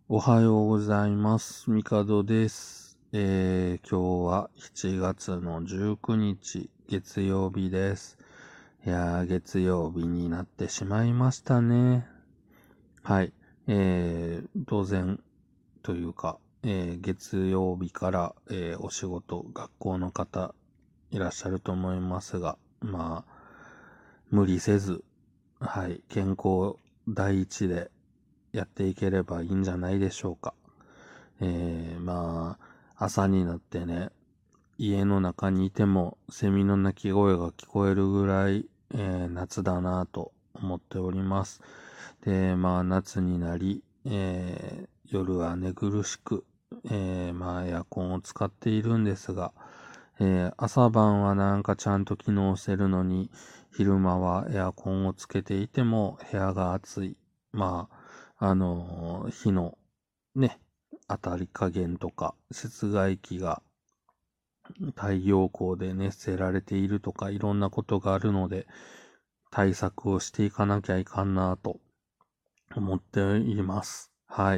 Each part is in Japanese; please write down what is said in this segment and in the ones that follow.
おはようございます。みかどです。今日は7月の19日、月曜日です。いやー、月曜日になってしまいましたね。はい。当然というか、月曜日から、お仕事、学校の方いらっしゃると思いますが、まあ、無理せず、はい、健康第一でやっていければいいんじゃないでしょうか。まあ、朝になってね、家の中にいてもセミの鳴き声が聞こえるぐらい、夏だなぁと思っております。で、まあ夏になり、夜は寝苦しく、まあエアコンを使っているんですが、朝晩はなんかちゃんと機能してるのに、昼間はエアコンをつけていても部屋が暑い。まあ、日のね、当たり加減とか、室外機が太陽光で熱せられているとか、いろんなことがあるので、対策をしていかなきゃいかんなと思っています。はい。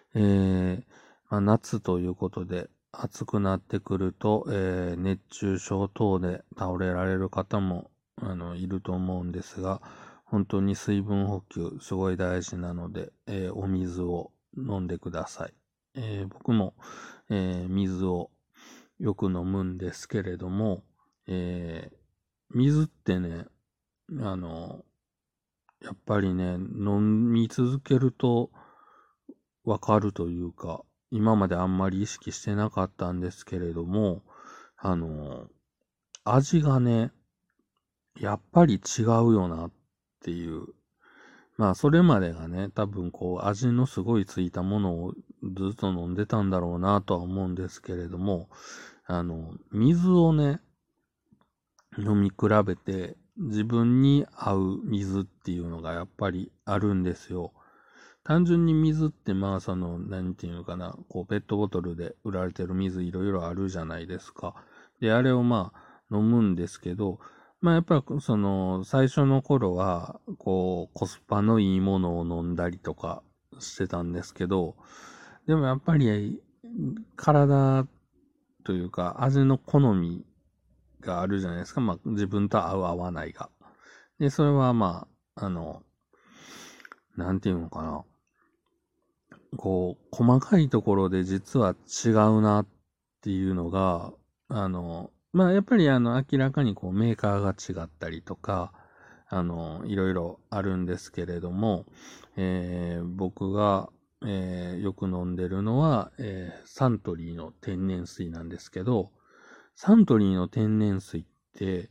夏ということで、暑くなってくると、熱中症等で倒れられる方も、いると思うんですが、本当に水分補給すごい大事なので、お水を飲んでください。僕も、水をよく飲むんですけれども、水ってね、あの、やっぱりね、飲み続けるとわかるというか、今まであんまり意識してなかったんですけれども、あの、味がね、やっぱり違うよなっていう。まあ、それまでがね、多分こう、味のすごいついたものをずっと飲んでたんだろうなとは思うんですけれども、水をね、飲み比べて、自分に合う水っていうのがやっぱりあるんですよ。単純に水ってまあなんていうのかな、こうペットボトルで売られてる水いろいろあるじゃないですか。で、あれをまあ飲むんですけど、まあやっぱり最初の頃は、こうコスパのいいものを飲んだりとかしてたんですけど、でもやっぱり体というか味の好みがあるじゃないですか。まあ自分と合う合わないが。で、それはまあ、なんていうのかな。こう、細かいところで実は違うなっていうのが、まあ、やっぱり明らかにこうメーカーが違ったりとか、いろいろあるんですけれども、僕が、よく飲んでるのは、サントリーの天然水なんですけど、サントリーの天然水って、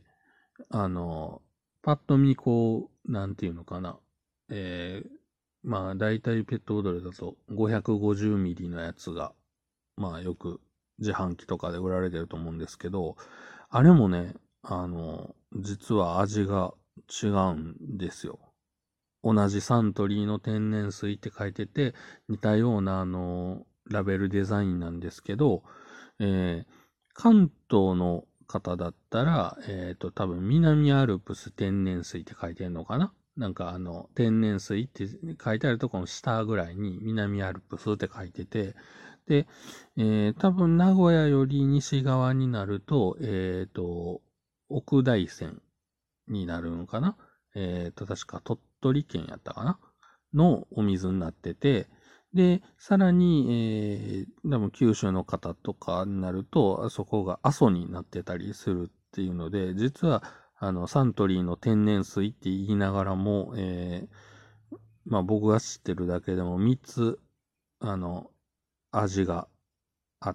あの、パッと見こう、なんていうのかな、えーまあ、だいたいペットボトルだと550ミリのやつが、まあ、よく自販機とかで売られてると思うんですけど、あれもね、実は味が違うんですよ。同じサントリーの天然水って書いてて、似たようなラベルデザインなんですけど、関東の方だったら、多分南アルプス天然水って書いてるのかな。なんか天然水って書いてあるとこの下ぐらいに南アルプスって書いてて、で、多分名古屋より西側になると、奥大山になるのかな。確か鳥取県やったかなのお水になってて、で、さらに、多分九州の方とかになると、そこが阿蘇になってたりするっていうので、実は、サントリーの天然水って言いながらも、まあ僕が知ってるだけでも3つ、あの、味があって、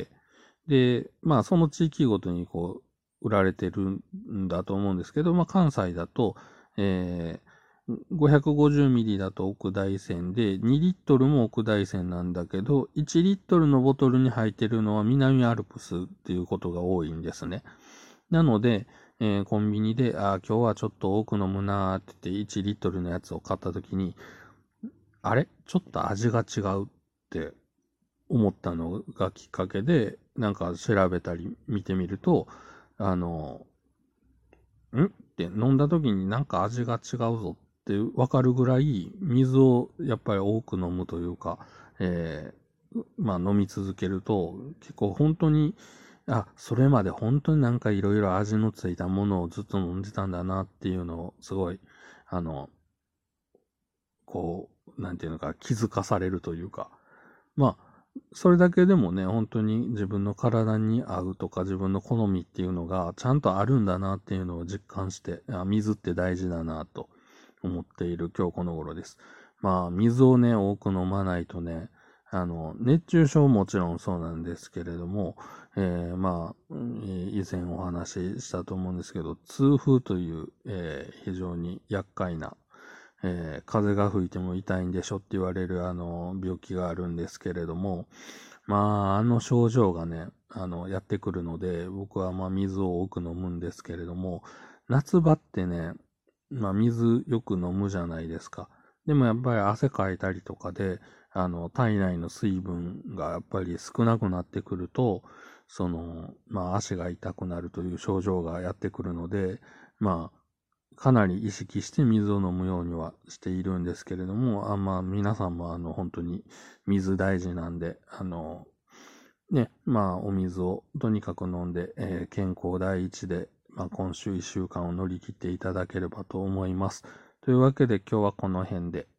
で、まあその地域ごとにこう、売られてるんだと思うんですけど、まあ関西だと、550ミリだと奥大山で、2リットルも奥大山なんだけど、1リットルのボトルに入ってるのは南アルプスっていうことが多いんですね。なので、コンビニで、今日はちょっと多く飲むなーって言って1リットルのやつを買った時に、あれちょっと味が違うって思ったのがきっかけで、なんか調べたり見てみると、あの、って飲んだ時になんか味が違うぞってわかるぐらい水をやっぱり多く飲むというか、 飲み続けると、結構本当に、それまで本当になんかいろいろ味のついたものをずっと飲んでたんだなっていうのを、すごい、なんていうのか、気づかされるというか、それだけでもね、本当に自分の体に合うとか自分の好みっていうのがちゃんとあるんだなっていうのを実感して、水って大事だなと思っている今日この頃です。水をね、多く飲まないとね、熱中症もちろんそうなんですけれども、以前お話ししたと思うんですけど、痛風という、非常に厄介な、風が吹いても痛いんでしょって言われる病気があるんですけれども、症状がね、やってくるので、僕は水を多く飲むんですけれども、夏場ってね、水よく飲むじゃないですか。でもやっぱり汗かいたりとかで、体内の水分がやっぱり少なくなってくると、足が痛くなるという症状がやってくるので、かなり意識して水を飲むようにはしているんですけれども、皆さんも本当に水大事なんで、お水をとにかく飲んで、健康第一で、今週1週間を乗り切っていただければと思います。というわけで今日はこの辺で、